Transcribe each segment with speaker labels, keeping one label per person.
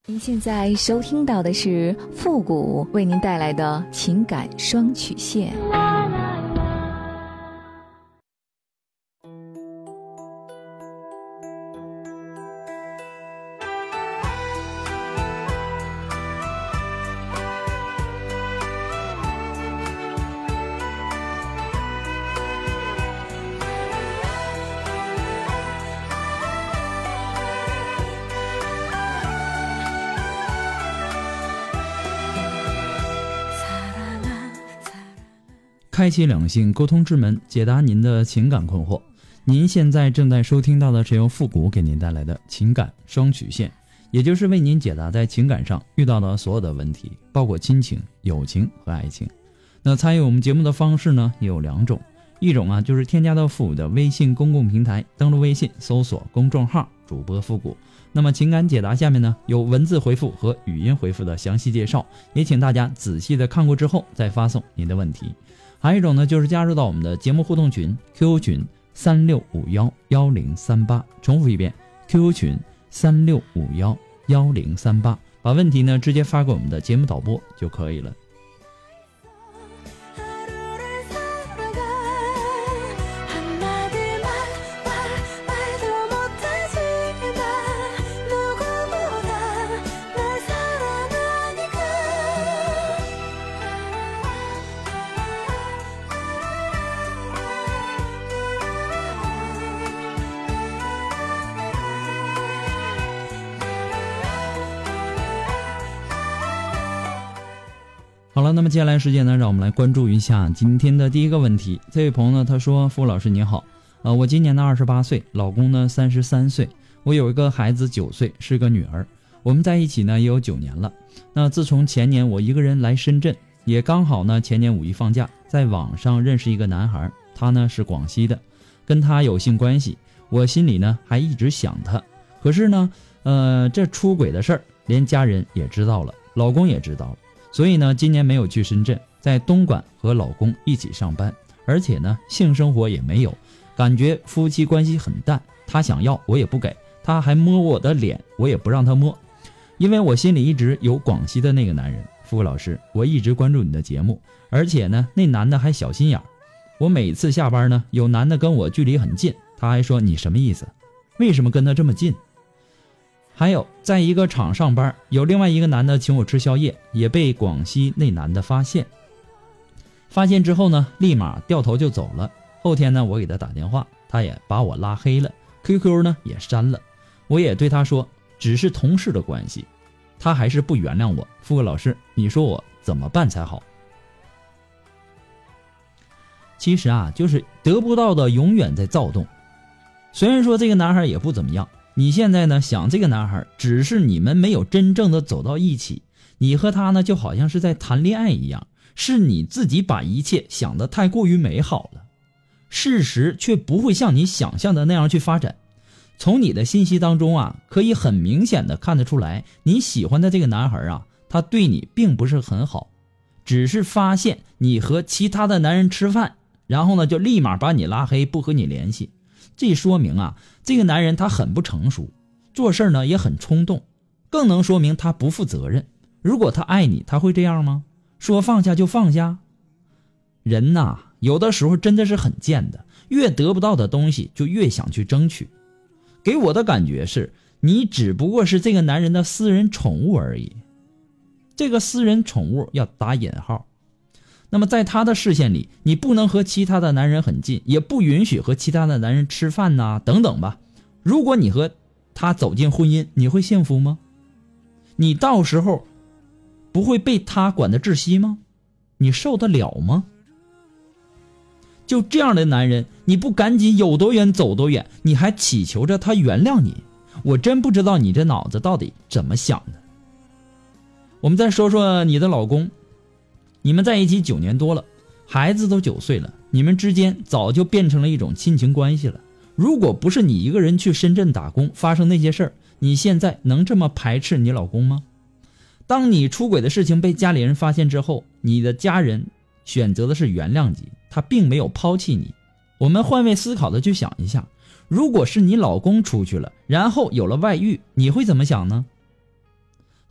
Speaker 1: 您现在收听到的是复古为您带来的情感双曲线。
Speaker 2: 开启两性沟通之门，解答您的情感困惑。您现在正在收听到的是由复古给您带来的情感双曲线，也就是为您解答在情感上遇到的所有的问题，包括亲情、友情和爱情。那参与我们节目的方式呢，也有两种，一种就是添加到复古的微信公共平台，登录微信搜索公众号主播复古。那么情感解答下面呢有文字回复和语音回复的详细介绍，也请大家仔细的看过之后再发送您的问题。还有一种呢，就是加入到我们的节目互动群 QQ 群36511038，重复一遍 QQ 群36511038，把问题呢直接发给我们的节目导播就可以了。好了，那么接下来时间呢，让我们来关注一下今天的第一个问题。这位朋友呢，他说：傅老师你好，我今年呢28岁，老公呢33岁，我有一个孩子9岁，是个女儿。我们在一起呢也有9年了。那自从前年我一个人来深圳，也刚好呢前年5一放假，在网上认识一个男孩，他呢是广西的，跟他有性关系，我心里呢还一直想他。可是呢，这出轨的事儿，连家人也知道了，老公也知道了。所以呢，今年没有去深圳，在东莞和老公一起上班，而且呢，性生活也没有，感觉夫妻关系很淡。他想要我也不给，他还摸我的脸，我也不让他摸，因为我心里一直有广西的那个男人。傅老师，我一直关注你的节目，而且呢，那男的还小心眼儿。我每次下班呢，有男的跟我距离很近，他还说你什么意思？为什么跟他这么近？还有在一个厂上班，有另外一个男的请我吃宵夜，也被广西那男的发现之后呢，立马掉头就走了。后天呢，我给他打电话，他也把我拉黑了， QQ 呢也删了。我也对他说只是同事的关系，他还是不原谅我。傅哥老师，你说我怎么办才好？其实就是得不到的永远在躁动。虽然说这个男孩也不怎么样，你现在呢想这个男孩，只是你们没有真正的走到一起，你和他呢就好像是在谈恋爱一样，是你自己把一切想得太过于美好了，事实却不会像你想象的那样去发展。从你的信息当中可以很明显的看得出来，你喜欢的这个男孩他对你并不是很好，只是发现你和其他的男人吃饭，然后呢就立马把你拉黑，不和你联系。这说明这个男人他很不成熟，做事呢也很冲动，更能说明他不负责任。如果他爱你，他会这样吗？说放下就放下？人有的时候真的是很贱的，越得不到的东西就越想去争取。给我的感觉是，你只不过是这个男人的私人宠物而已。这个私人宠物要打引号。那么在他的视线里，你不能和其他的男人很近，也不允许和其他的男人吃饭等等吧。如果你和他走进婚姻，你会幸福吗？你到时候不会被他管得窒息吗？你受得了吗？就这样的男人，你不赶紧有多远走多远，你还祈求着他原谅你，我真不知道你这脑子到底怎么想的。我们再说说你的老公，你们在一起9年多了，孩子都9岁了，你们之间早就变成了一种亲情关系了。如果不是你一个人去深圳打工，发生那些事儿，你现在能这么排斥你老公吗？当你出轨的事情被家里人发现之后，你的家人选择的是原谅你，他并没有抛弃你。我们换位思考的去想一下，如果是你老公出去了，然后有了外遇，你会怎么想呢？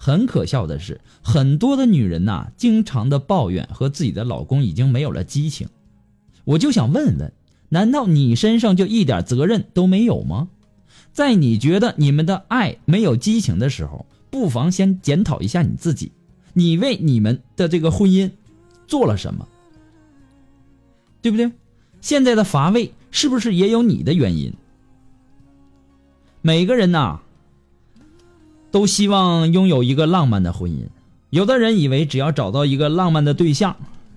Speaker 2: 很可笑的是，很多的女人呐，经常的抱怨和自己的老公已经没有了激情。我就想问问，难道你身上就一点责任都没有吗？在你觉得你们的爱没有激情的时候，不妨先检讨一下你自己，你为你们的这个婚姻做了什么，对不对？现在的乏味是不是也有你的原因？每个人呐，都希望拥有一个浪漫的婚姻。有的人以为只要找到一个浪漫的对象，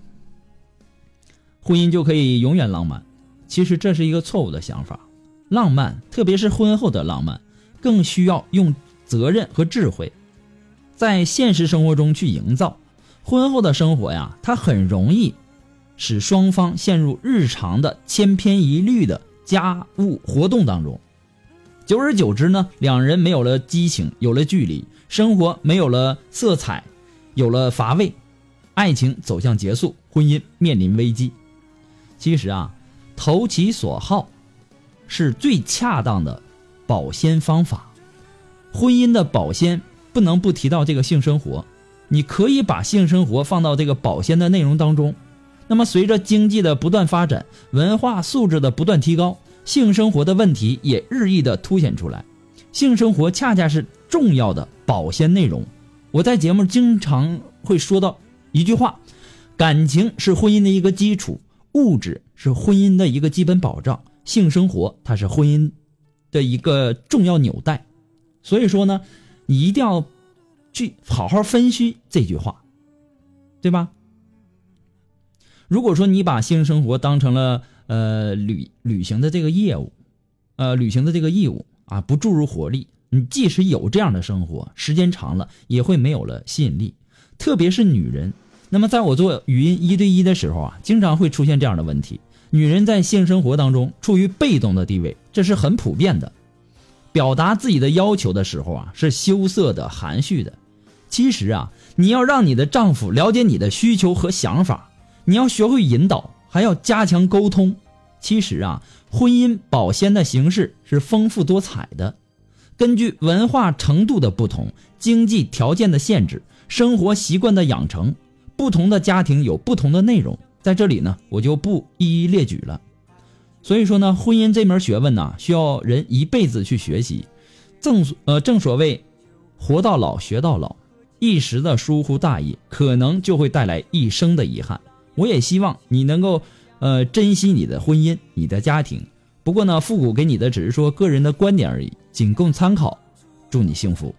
Speaker 2: 婚姻就可以永远浪漫。其实这是一个错误的想法。浪漫，特别是婚后的浪漫，更需要用责任和智慧在现实生活中去营造。婚后的生活呀，它很容易使双方陷入日常的千篇一律的家务活动当中。久而久之呢，两人没有了激情，有了距离，生活没有了色彩，有了乏味，爱情走向结束，婚姻面临危机。其实啊，投其所好是最恰当的保鲜方法。婚姻的保鲜不能不提到这个性生活，你可以把性生活放到这个保鲜的内容当中。那么随着经济的不断发展，文化素质的不断提高，性生活的问题也日益的凸显出来。性生活恰恰是重要的保鲜内容。我在节目经常会说到一句话，感情是婚姻的一个基础，物质是婚姻的一个基本保障，性生活它是婚姻的一个重要纽带。所以说呢，你一定要去好好分析这句话，对吧？如果说你把性生活当成了履行的这个业务，履行的这个义务啊，不注入活力，你即使有这样的生活，时间长了也会没有了吸引力。特别是女人，那么在我做语音1对1的时候啊，经常会出现这样的问题。女人在性生活当中处于被动的地位，这是很普遍的。表达自己的要求的时候啊，是羞涩的、含蓄的。其实啊，你要让你的丈夫了解你的需求和想法，你要学会引导，还要加强沟通。其实啊，婚姻保鲜的形式是丰富多彩的，根据文化程度的不同，经济条件的限制，生活习惯的养成，不同的家庭有不同的内容。在这里呢，我就不一一列举了。所以说呢，婚姻这门学问呢，需要人一辈子去学习。正所谓活到老学到老，一时的疏忽大意，可能就会带来一生的遗憾。我也希望你能够珍惜你的婚姻，你的家庭。不过呢，复古给你的只是说个人的观点而已，仅供参考。祝你幸福。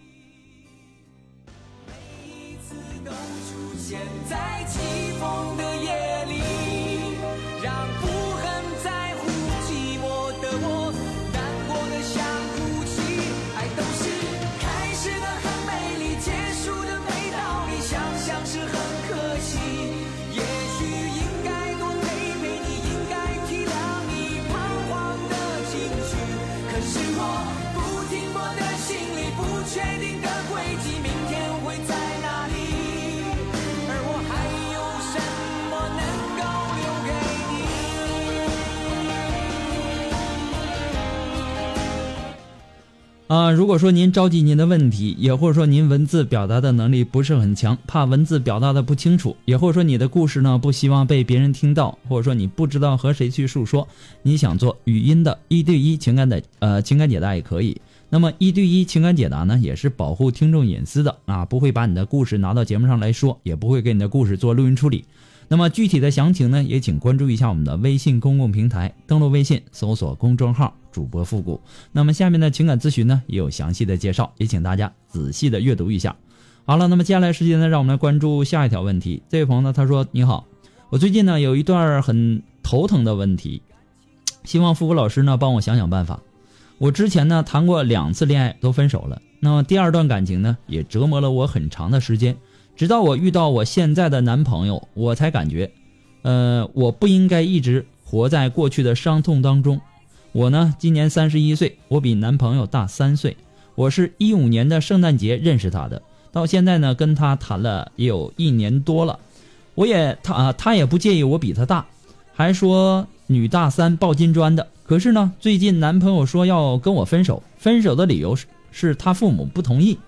Speaker 2: 如果说您着急您的问题，也或者说您文字表达的能力不是很强，怕文字表达的不清楚，也或者说你的故事呢不希望被别人听到，或者说你不知道和谁去诉说，你想做语音的1对1情感解答也可以。那么1对1情感解答呢，也是保护听众隐私的啊，不会把你的故事拿到节目上来说，也不会给你的故事做录音处理。那么具体的详情呢，也请关注一下我们的微信公共平台，登录微信搜索公众号主播复古。那么下面的情感咨询呢也有详细的介绍，也请大家仔细的阅读一下。好了，那么接下来时间呢，让我们来关注下一条问题。这位朋友呢，他说：你好，我最近呢有一段很头疼的问题，希望复古老师呢帮我想想办法。我之前呢谈过2次恋爱都分手了，那么第2段感情呢也折磨了我很长的时间，直到我遇到我现在的男朋友，我才感觉我不应该一直活在过去的伤痛当中。我呢今年31岁，我比男朋友大3岁，我是15年的圣诞节认识他的，到现在呢跟他谈了也有1年多了。他也不介意我比他大，还说女大3抱金砖的。可是呢最近男朋友说要跟我分手，分手的理由是他父母不同意，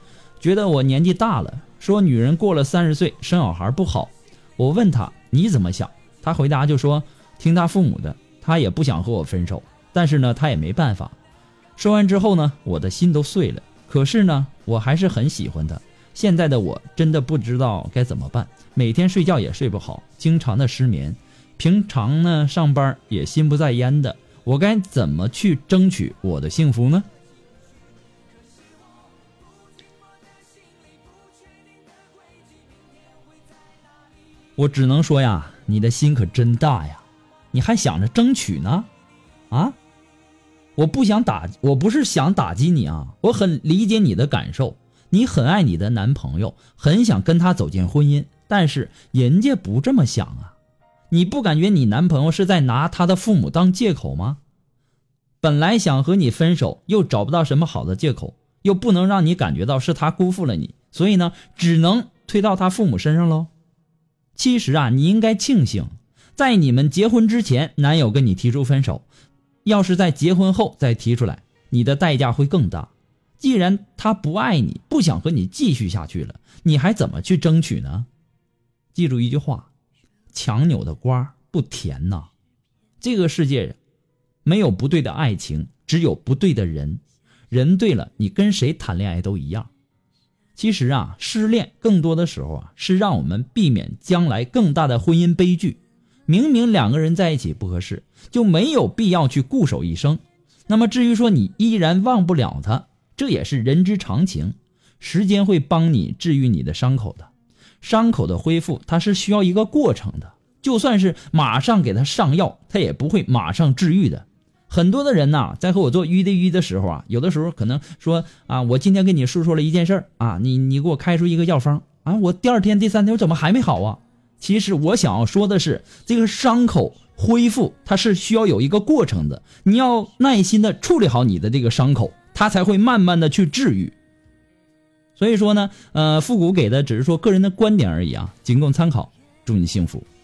Speaker 2: 觉得我年纪大了，说女人过了30岁生小孩不好。我问他你怎么想，他回答就说听他父母的，他也不想和我分手，但是呢他也没办法。说完之后呢，我的心都碎了。可是呢我还是很喜欢他，现在的我真的不知道该怎么办，每天睡觉也睡不好，经常的失眠，平常呢上班也心不在焉的，我该怎么去争取我的幸福呢？我只能说呀，你的心可真大呀，你还想着争取呢？啊，我不是想打击你啊，我很理解你的感受，你很爱你的男朋友，很想跟他走进婚姻，但是人家不这么想啊。你不感觉你男朋友是在拿他的父母当借口吗？本来想和你分手，又找不到什么好的借口，又不能让你感觉到是他辜负了你，所以呢只能推到他父母身上喽。其实啊，你应该庆幸，在你们结婚之前，男友跟你提出分手，要是在结婚后再提出来，你的代价会更大。既然他不爱你，不想和你继续下去了，你还怎么去争取呢？记住一句话，强扭的瓜不甜呐。这个世界没有不对的爱情，只有不对的人。人对了，你跟谁谈恋爱都一样。其实啊，失恋更多的时候啊，是让我们避免将来更大的婚姻悲剧。明明两个人在一起不合适，就没有必要去固守一生。那么至于说你依然忘不了他，这也是人之常情。时间会帮你治愈你的伤口的，伤口的恢复它是需要一个过程的，就算是马上给他上药，他也不会马上治愈的。很多的人呐，在和我做鱼的鱼的时候啊，有的时候可能说啊，我今天跟你述说了一件事啊，你给我开出一个药方啊，我第2天第3天我怎么还没好啊？其实我想要说的是，这个伤口恢复它是需要有一个过程的，你要耐心的处理好你的这个伤口，它才会慢慢的去治愈。所以说呢，复古给的只是说个人的观点而已啊，仅供参考。祝你幸福。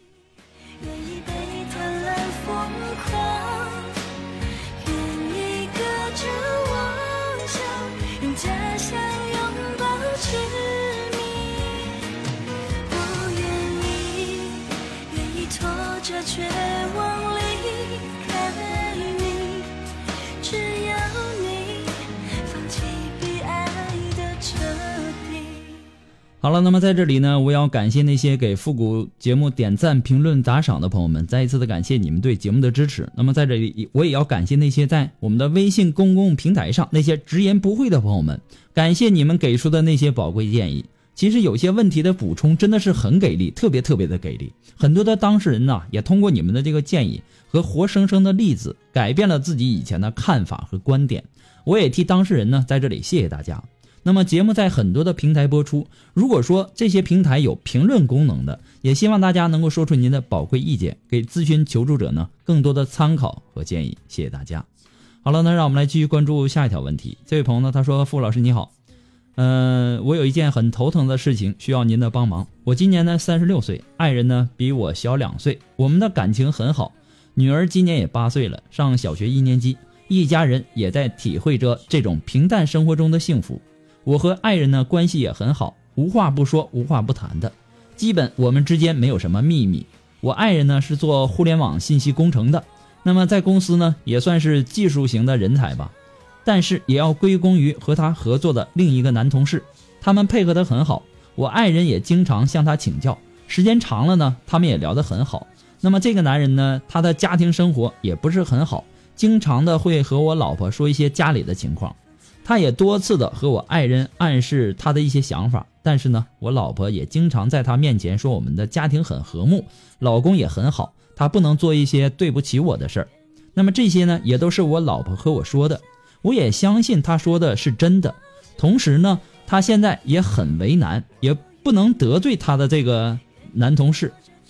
Speaker 3: 却忘离开你，只要你放弃被爱的彻底。
Speaker 2: 好了，那么在这里呢，我要感谢那些给复古节目点赞、评论、打赏的朋友们，再一次的感谢你们对节目的支持。那么在这里，我也要感谢那些在我们的微信公共平台上那些直言不讳的朋友们，感谢你们给出的那些宝贵建议。其实有些问题的补充真的是很给力，特别的给力。很多的当事人呢，也通过你们的这个建议和活生生的例子，改变了自己以前的看法和观点。我也替当事人呢在这里谢谢大家。那么节目在很多的平台播出，如果说这些平台有评论功能的，也希望大家能够说出您的宝贵意见，给咨询求助者呢更多的参考和建议。谢谢大家。好了，那让我们来继续关注下一条问题。这位朋友呢，他说：傅老师你好，我有一件很头疼的事情需要您的帮忙。我今年呢36岁，爱人呢比我小2岁，我们的感情很好，女儿今年也8岁了，上小学1年级，一家人也在体会着这种平淡生活中的幸福。我和爱人呢关系也很好，无话不说无话不谈的，基本我们之间没有什么秘密。我爱人呢是做互联网信息工程的，那么在公司呢也算是技术型的人才吧，但是也要归功于和他合作的另一个男同事，他们配合得很好，我爱人也经常向他请教，时间长了呢他们也聊得很好。那么这个男人呢，他的家庭生活也不是很好，经常的会和我老婆说一些家里的情况，他也多次的和我爱人暗示他的一些想法，但是呢我老婆也经常在他面前说我们的家庭很和睦，老公也很好，他不能做一些对不起我的事儿。那么这些呢也都是我老婆和我说的，我也相信他说的是真的。同时呢他现在也很为难，也不能得罪他的这个男同事，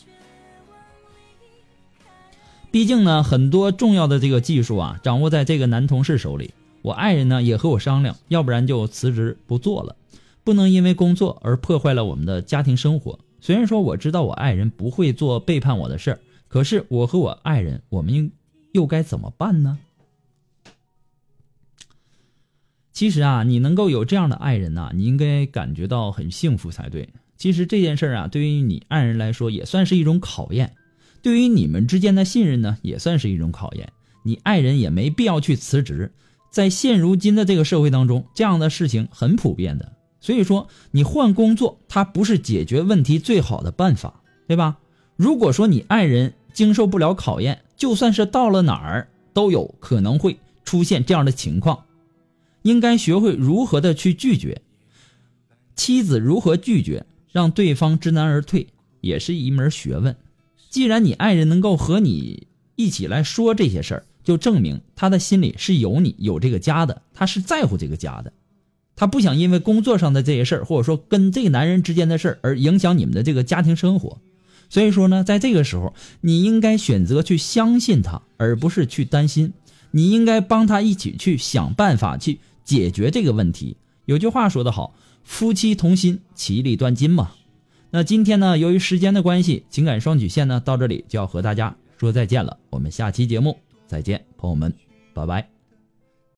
Speaker 2: 毕竟呢很多重要的这个技术啊掌握在这个男同事手里。我爱人呢也和我商量，要不然就辞职不做了，不能因为工作而破坏了我们的家庭生活。虽然说我知道我爱人不会做背叛我的事儿，可是我和我爱人，我们又该怎么办呢？ 其实啊，你能够有这样的爱人呐，你应该感觉到很幸福才对。其实这件事啊，对于你爱人来说也算是一种考验，对于你们之间的信任呢，也算是一种考验。你爱人也没必要去辞职，在现如今的这个社会当中，这样的事情很普遍的。所以说，你换工作，它不是解决问题最好的办法，对吧？如果说你爱人经受不了考验，就算是到了哪儿，都有可能会出现这样的情况。应该学会如何的去拒绝，妻子如何拒绝，让对方知难而退，也是一门学问。既然你爱人能够和你一起来说这些事儿，就证明他的心里是有你有这个家的，他是在乎这个家的，他不想因为工作上的这些事儿，或者说跟这个男人之间的事儿而影响你们的这个家庭生活。所以说呢，在这个时候你应该选择去相信他，而不是去担心。你应该帮他一起去想办法去解决这个问题。有句话说得好，夫妻同心，其利断金嘛。那今天呢，由于时间的关系，情感双曲线呢到这里就要和大家说再见了。我们下期节目再见，朋友们，拜拜。